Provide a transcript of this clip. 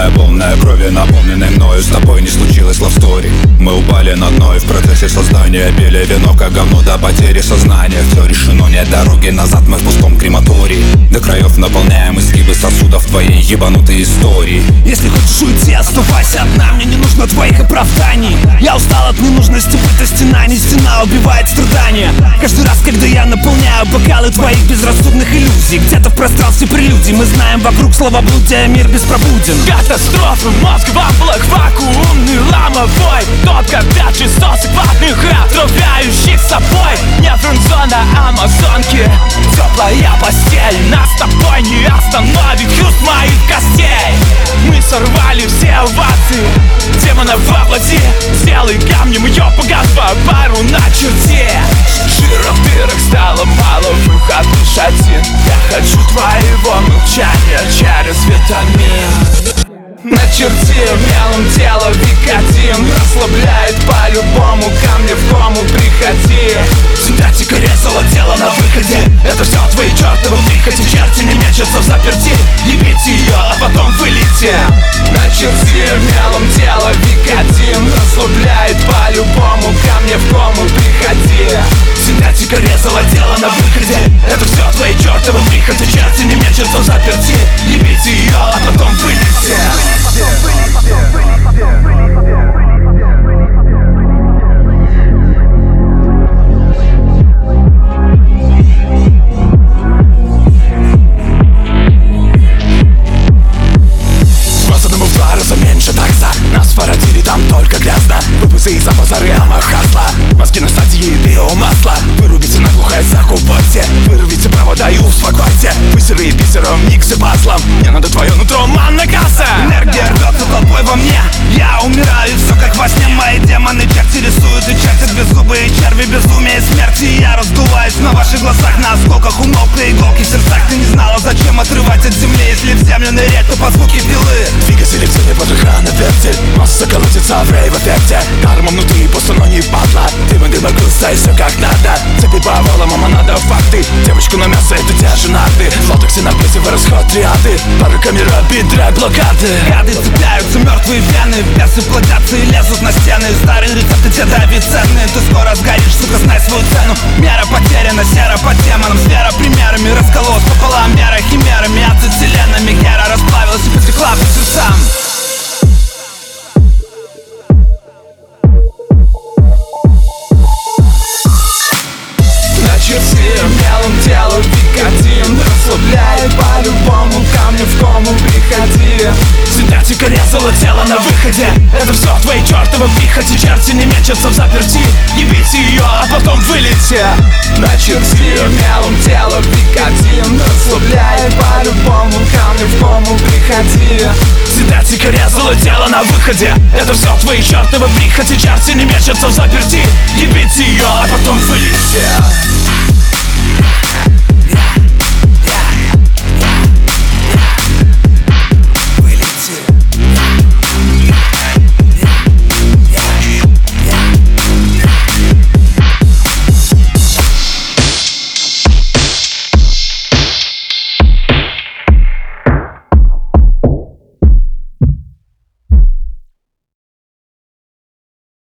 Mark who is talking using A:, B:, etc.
A: Вселенная полная крови, наполненной мною. С тобой не случилось love story. Мы упали на дно и в процессе создания пили вино, как говно до потери сознания. Все решено, нет дороги назад, мы в пустом крематории. До краев наполняем изгибы сосудов твоей ебанутой истории.
B: Если хочешь уйти, оставайся одна, мне не нужно твоих оправданий. Я устал от ненужности быть, а стена не стена убивает страдания. Каждый раз, когда я наполняю бокалы твоих безрассудных иллюзий, где-то в пространстве прелюдий мы знаем вокруг словоблудия, мир беспробуден.
C: Катастрофа, мозг в ампулах, вакуумный ломовой. Топка 5 часов адекватных, отравляющих собой. Не френдзона амазонки, теплая постель. Нас с тобой не остановит хруст моих костей. Мы сорвали все овации демона во плоти. Сделай камнем ее погас по пару на черте. Жира в дырах стало мало, выход лишь один. Я хочу твоего молчания через витамин. На черте мелом тело викотин расслабляет по-любому, ко мне в кому приходи.
B: Синтетика резала тело на выходе. Это все твои чертовы прихоти. Черти не мечутся в заперти. Ебите ее, а потом вылейте.
C: На черте мелом тело викотин расслабляет по-любому, ко мне в кому приходи.
B: Синтетика резала тело на выходе. Это все твои чертовы прихоти. Черти не мечутся в заперти. Ебите ее, а потом вылейте. Способным в 2 раза меньше такса. Нас породили там только грязно. Выпусы из-за базары амахасла. Мозги на стадии биомасла. Вырубите наглухо и закупайте. Вырвите провода и успокойте. Бисеры и бисером, миксы пазлом. Мне надо твое нутро, манна касса. Энергия рвется толпой во мне. Я умираю, все как во сне. Мои демоны черти рисуют и чертят беззубые черви, безумие и смерти. Я раздуваюсь на ваших глазах, на осколках умолкли иголки в сердцах. Ты не знала, зачем отрывать от земли, если в землю нырять, то по звуке пилы. Двигатель в цене пожиха на вертель. Масса колотится в рейв-эффекте. Карма внутри, просто но не падла. Дыма груста и все как надо. Цепи по волам, мама, надо факты. Девочку на мясо, это те же нарды. В лотоксе на плесе в расход триады. Пара камера, бедра, блокады. Гады цепляются, мертвые вены. Бесы плодятся и лезут на стены. Старые рецепты те дави ценные. Ты скоро сгоришь, сука, знай свою цену. Мера потеряна, сера по демонам. Сфера примерами, раскололась пополам. Мера химерами, ацетиленами. Гера расплавилась и потекла по сердцам.
C: На черте мелом тело викотин расслабляет по-любому, ко мне в кому приходи.
B: Синтетика резала тело на выходе. Это все твои чертовы прихоти. Черти не мечутся в заперти. Ебите ее, а потом вылейте.
C: На черте мелом тело викотин расслабляет по-любому, ко мне в кому приходи.
B: Синтетика резала тело на выходе. Это все твои чертовы прихоти. Черти не мечутся в заперти. Ебите ее, а потом вылейте.